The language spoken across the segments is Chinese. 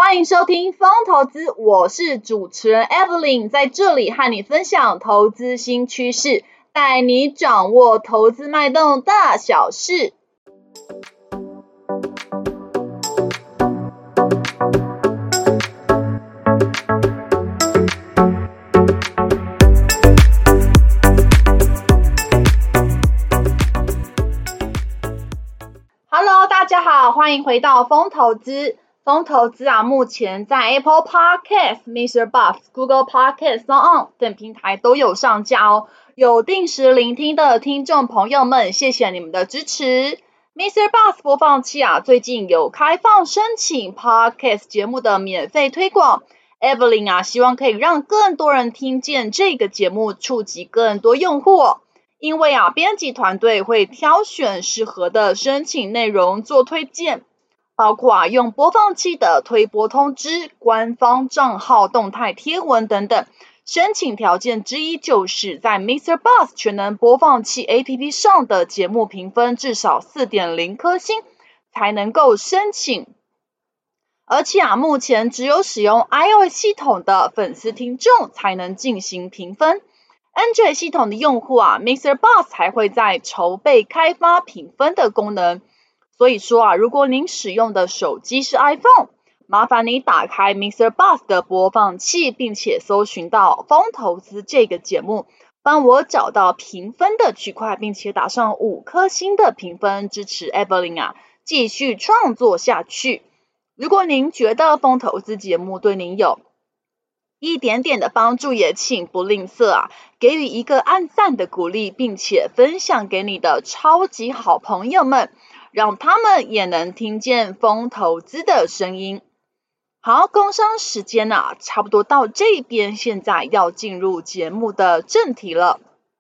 欢迎收听风投资，我是主持人 Evelyn， 在这里和你分享投资新趋势，带你掌握投资脉动大小事。Hello， 大家好，欢迎回到风投资。风投资目前在 Apple Podcast、Mr. Buff、Google Podcast、SoundOn 等平台都有上架哦。有定时聆听的听众朋友们，谢谢你们的支持。Mr. Buff 播放器最近有开放申请 Podcast 节目的免费推广。Evelyn 希望可以让更多人听见这个节目，触及更多用户哦。因为编辑团队会挑选适合的申请内容做推荐，包括用播放器的推播通知、官方账号动态贴文等等。申请条件之一就是在 Mr. Buff 全能播放器 APP 上的节目评分至少 4.0 颗星才能够申请。而且目前只有使用 iOS 系统的粉丝听众才能进行评分。Android 系统的用户Mr. Buff 还会在筹备开发评分的功能。所以说如果您使用的手机是 iPhone， 麻烦你打开 Mr. Buff 的播放器，并且搜寻到风投资这个节目，帮我找到评分的区块，并且打上5颗星的评分，支持 Evelyn 继续创作下去。如果您觉得风投资节目对您有一点点的帮助，也请不吝啬给予一个按赞的鼓励，并且分享给你的超级好朋友们，让他们也能听见风投资的声音。好，工商时间差不多到这边，现在要进入节目的正题了。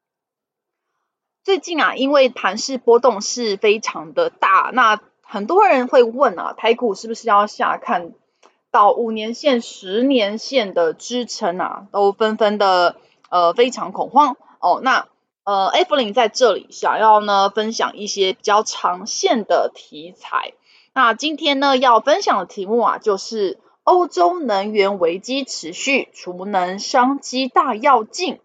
最近因为盘势波动是非常的大，那很多人会问台股是不是要下看到5年线、10年线的支撑都纷纷的非常恐慌那Evelyn 在这里想要呢分享一些比较长线的题材。那今天呢要分享的题目就是欧洲能源危机持续，储能商机大跃进。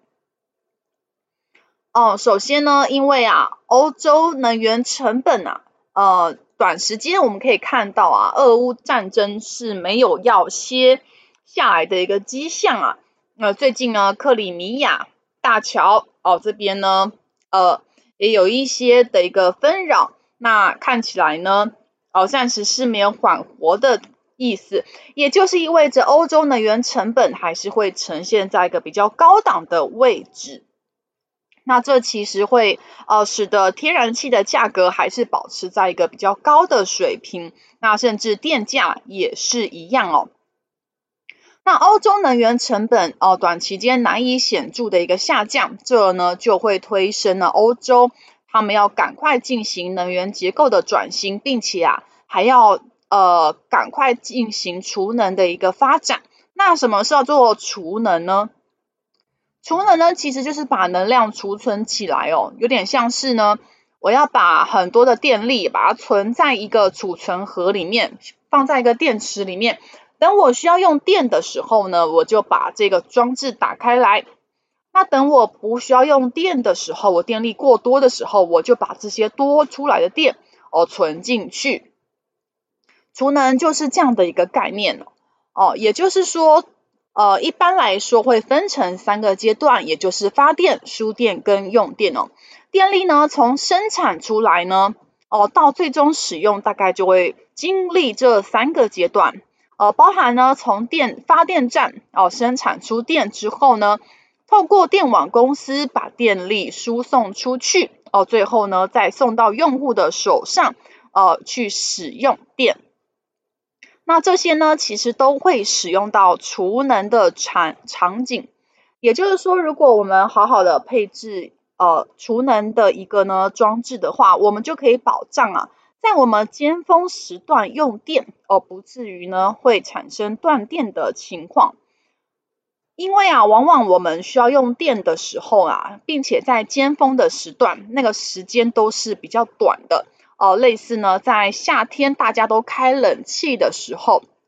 首先呢，因为欧洲能源成本短时间我们可以看到俄乌战争是没有要歇下来的一个迹象最近呢克里米亚大桥这边呢也有一些的一个纷扰，那看起来呢暂时是没有缓和的意思，也就是意味着欧洲能源成本还是会呈现在一个比较高档的位置。那这其实会使得天然气的价格还是保持在一个比较高的水平，那甚至电价也是一样那欧洲能源成本短期间难以显著的一个下降，这呢就会推升了欧洲他们要赶快进行能源结构的转型，并且还要赶快进行储能的一个发展。那什么是要做储能呢？储能呢其实就是把能量储存起来有点像是呢我要把很多的电力把它存在一个储存盒里面，放在一个电池里面，等我需要用电的时候呢，我就把这个装置打开来，那等我不需要用电的时候，我电力过多的时候，我就把这些多出来的电存进去。储能就是这样的一个概念也就是说一般来说会分成3个阶段，也就是发电、输电跟用电电力呢从生产出来呢到最终使用大概就会经历这3个阶段包含呢从发电站生产出电之后呢，透过电网公司把电力输送出去最后呢再送到用户的手上去使用电。那这些呢其实都会使用到储能的场景，也就是说如果我们好好的配置储能的一个呢装置的话，我们就可以保障在我们尖峰时段用电不至于呢会产生断电的情况。因为往往我们需要用电的时候并且在尖峰的时段，那个时间都是比较短的类似呢在夏天大家都开冷气的时候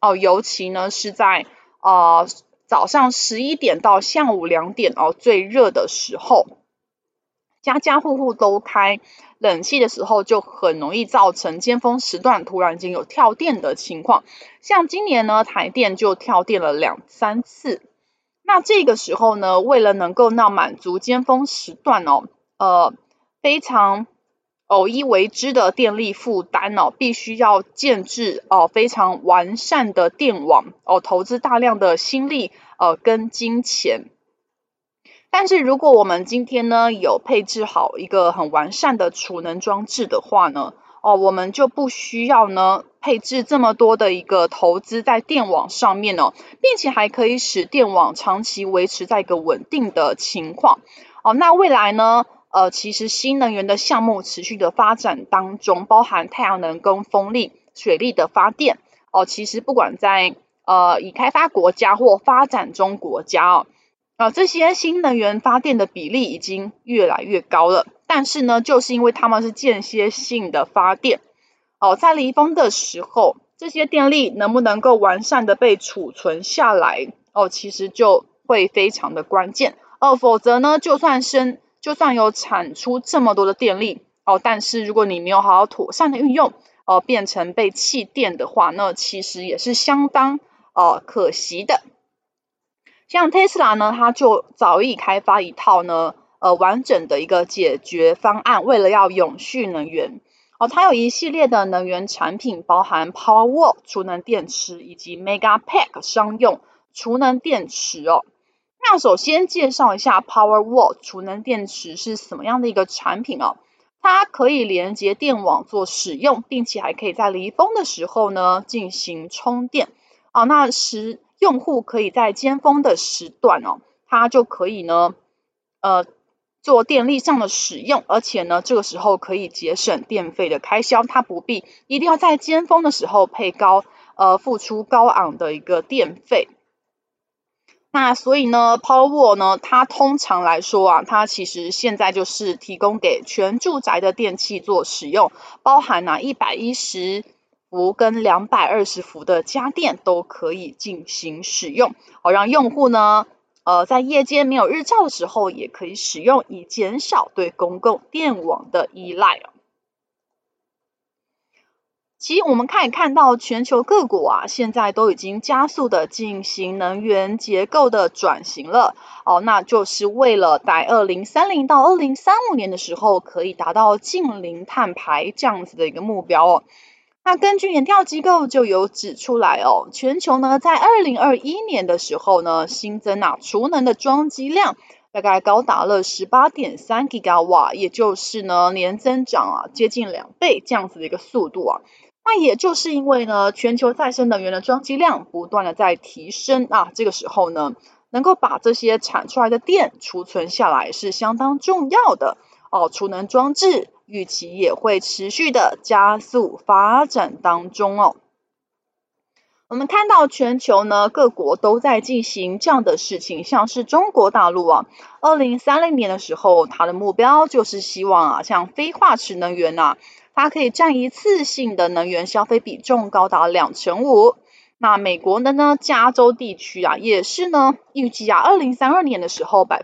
尤其呢是在早上11点到下午2点最热的时候，家家户户都开冷气的时候，就很容易造成尖峰时段突然间有跳电的情况。像今年呢，台电就跳电了2-3次。那这个时候呢，为了能够满足尖峰时段非常偶一为之的电力负担必须要建置非常完善的电网投资大量的心力跟金钱。但是如果我们今天呢有配置好一个很完善的储能装置的话呢，我们就不需要呢配置这么多的一个投资在电网上面并且还可以使电网长期维持在一个稳定的情况。那未来呢其实新能源的项目持续的发展当中，包含太阳能跟风力、水力的发电其实不管在已开发国家或发展中国家这些新能源发电的比例已经越来越高了，但是呢，就是因为它们是间歇性的发电在离峰的时候，这些电力能不能够完善的被储存下来其实就会非常的关键否则呢，就算有产出这么多的电力但是如果你没有好好妥善的运用变成被弃电的话，那其实也是相当可惜的。像 Tesla 呢，它就早已开发一套呢完整的一个解决方案，为了要永续能源它有一系列的能源产品，包含 Powerwall 储能电池以及 Megapack 商用储能电池那首先介绍一下 Powerwall 储能电池是什么样的一个产品它可以连接电网做使用，并且还可以在离峰的时候呢进行充电那用户可以在尖峰的时段它就可以呢做电力上的使用，而且呢这个时候可以节省电费的开销，它不必一定要在尖峰的时候付出高昂的一个电费。那所以呢 Powerwall 呢，它通常来说它其实现在就是提供给全住宅的电器做使用，包含110伏跟220伏的家电都可以进行使用让用户呢在夜间没有日照的时候也可以使用，以减少对公共电网的依赖其实我们可以看到全球各国现在都已经加速的进行能源结构的转型了那就是为了在2030到2035年的时候可以达到净零碳排这样子的一个目标那根据研调机构就有指出来全球呢在2021年的时候呢新增储能的装机量大概高达了 18.3 GW， 也就是呢年增长接近2倍这样子的一个速度那也就是因为呢全球再生能源的装机量不断的在提升这个时候呢能够把这些产出来的电储存下来是相当重要的储能装置预期也会持续的加速发展当中我们看到全球呢各国都在进行这样的事情，像是中国大陆2030年的时候，它的目标就是希望像非化石能源它可以占一次性的能源消费比重高达2%。那美国的呢加州地区也是呢预计2032年的时候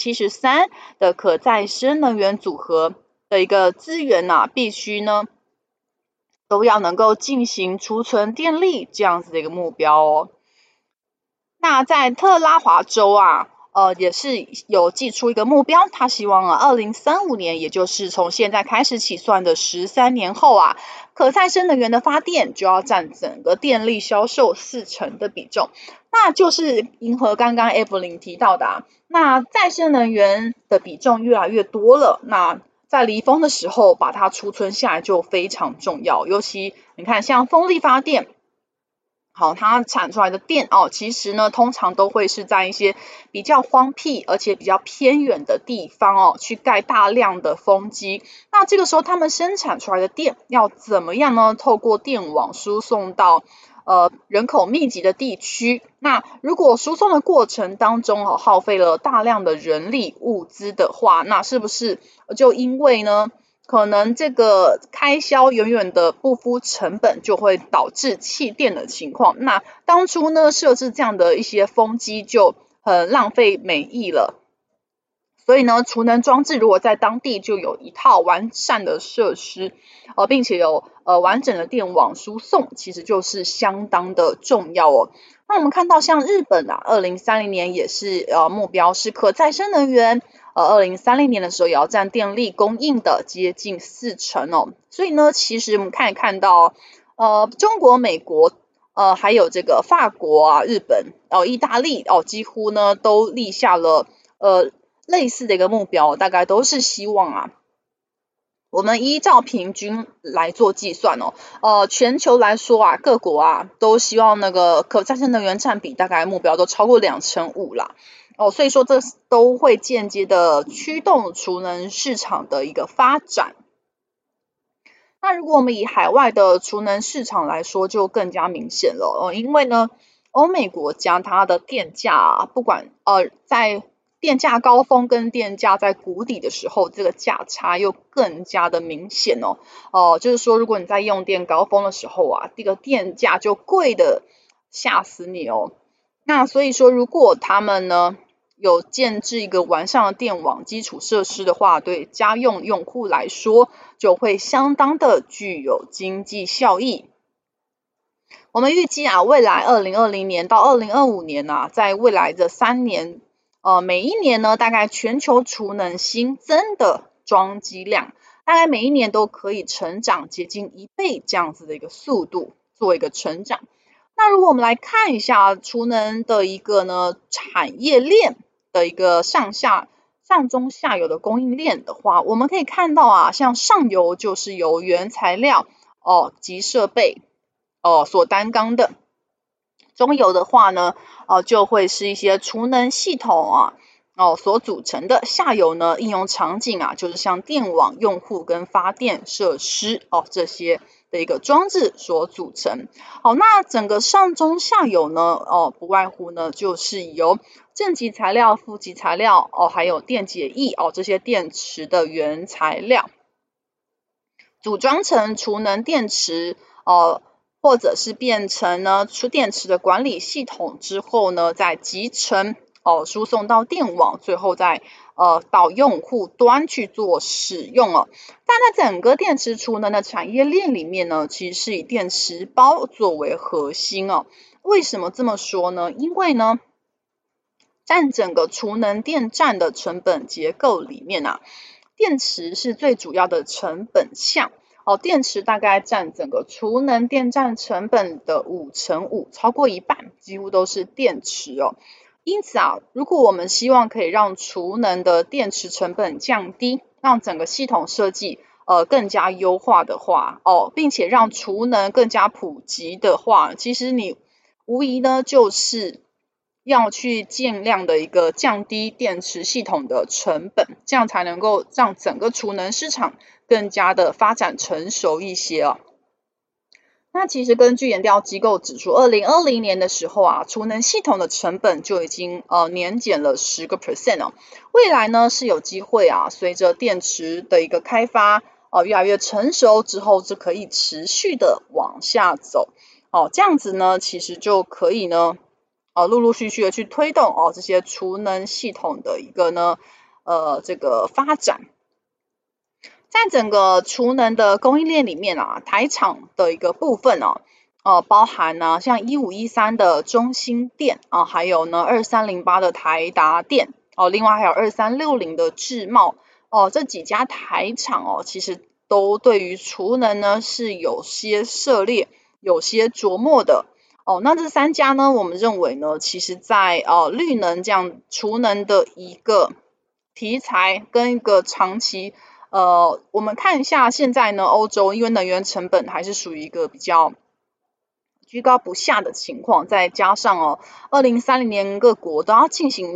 73% 的可再生能源组合的一个资源必须呢都要能够进行储存电力这样子的一个目标那在特拉华州也是有寄出一个目标，他希望2035年，也就是从现在开始起算的13年后可再生能源的发电就要占整个电力销售40%的比重，那就是迎合刚刚 Evelyn 提到的那再生能源的比重越来越多了，那在离峰的时候把它储存下来就非常重要，尤其你看像风力发电它产出来的电其实呢通常都会是在一些比较荒僻而且比较偏远的地方去盖大量的风机，那这个时候他们生产出来的电要怎么样呢透过电网输送到人口密集的地区，那如果输送的过程当中耗费了大量的人力物资的话，那是不是就因为呢可能这个开销远远的不敷成本，就会导致弃电的情况。那当初呢设置这样的一些风机就很浪费美意了。所以呢，储能装置如果在当地就有一套完善的设施，并且有完整的电网输送，其实就是相当的重要哦。那我们看到像日本啊，2030年也是目标是可再生能源，2030年的时候也要占电力供应的接近40%哦。所以呢，其实我们看到中国、美国还有这个法国啊、日本意大利几乎呢都立下了类似的一个目标，大概都是希望啊，我们依照平均来做计算全球来说啊，各国啊都希望那个可再生能源占比大概目标都超过2%啦。所以说这都会间接的驱动储能市场的一个发展。那如果我们以海外的储能市场来说，就更加明显了因为呢，欧美国家它的电价不管在电价高峰跟电价在谷底的时候，这个价差又更加的明显就是说如果你在用电高峰的时候啊，这个电价就贵的吓死你那所以说如果他们呢有建置一个完善的电网基础设施的话，对家用用户来说就会相当的具有经济效益。我们预计未来2020年到2025年在未来的3年每一年呢，大概全球储能新增的装机量，大概每一年都可以成长接近1倍这样子的一个速度做一个成长。那如果我们来看一下储能的一个呢产业链的一个上中下游的供应链的话，我们可以看到像上游就是由原材料及设备所担纲的。中游的话呢就会是一些储能系统所组成的，下游呢应用场景就是像电网用户跟发电设施这些的一个装置所组成。那整个上中下游呢不外乎呢就是由正极材料、负极材料还有电解液这些电池的原材料组装成储能电池或者是变成呢电池的管理系统之后呢，再集成输送到电网，最后再到用户端去做使用但在整个电池储能的产业链里面呢，其实是以电池包作为核心为什么这么说呢？因为呢，占整个储能电站的成本结构里面电池是最主要的成本项电池大概占整个储能电站成本的5%，超过一半几乎都是电池因此如果我们希望可以让储能的电池成本降低，让整个系统设计更加优化的话并且让储能更加普及的话，其实你无疑呢就是要去尽量的一个降低电池系统的成本，这样才能够让整个储能市场更加的发展成熟一些那其实根据研调机构指出，2020年的时候储能系统的成本就已经年减了10%未来呢是有机会随着电池的一个开发越来越成熟之后，是可以持续的往下走这样子呢其实就可以呢陆陆续续的去推动这些储能系统的一个呢这个发展。在整个储能的供应链里面台厂的一个部分包含像1513的中兴电还有呢2308的台达电另外还有2360的智茂这几家台厂其实都对于储能呢是有些涉猎、有些琢磨的那这3家呢，我们认为呢，其实在绿能这样储能的一个题材跟一个长期我们看一下现在呢，欧洲因为能源成本还是属于一个比较居高不下的情况，再加上2030年各国都要进行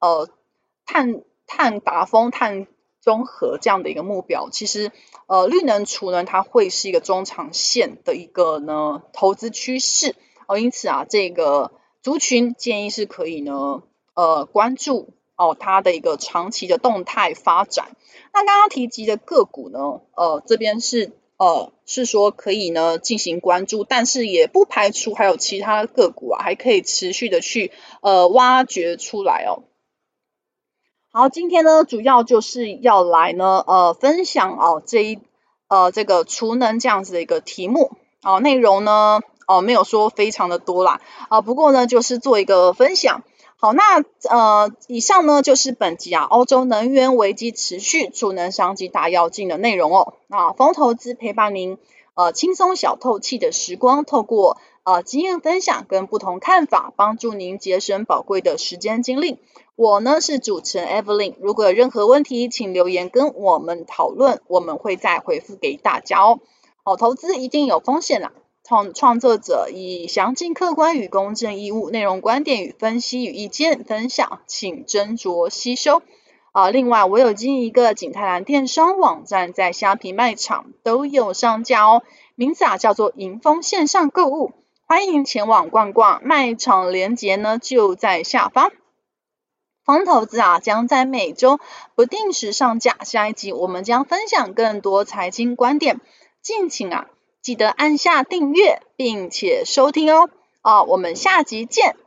碳达峰、碳中和这样的一个目标，其实绿能储能它会是一个中长线的一个呢投资趋势因此这个族群建议是可以呢关注它的一个长期的动态发展。那刚刚提及的个股呢，这边是说可以呢进行关注，但是也不排除还有其他个股啊，还可以持续的去挖掘出来哦。好，今天呢主要就是要来呢分享这个储能这样子的一个题目内容呢没有说非常的多啦不过呢就是做一个分享。好，那以上呢就是本集欧洲能源危机持续，储能商机大跃进的内容哦。风投资陪伴您轻松小透气的时光，透过经验分享跟不同看法，帮助您节省宝贵的时间精力。我呢是主持人 Evelyn， 如果有任何问题，请留言跟我们讨论，我们会再回复给大家哦。投资一定有风险啦。创作者以详尽、客观与公正义务，内容、观点与分析与意见分享，请斟酌吸收。另外，我有经营一个景泰蓝电商网站，在虾皮卖场都有上架哦，名字叫做迎风线上购物，欢迎前往逛逛，卖场连结呢就在下方。风投资将在每周不定时上架，下一集我们将分享更多财经观点，敬请记得按下订阅并且收听哦。我们下集见。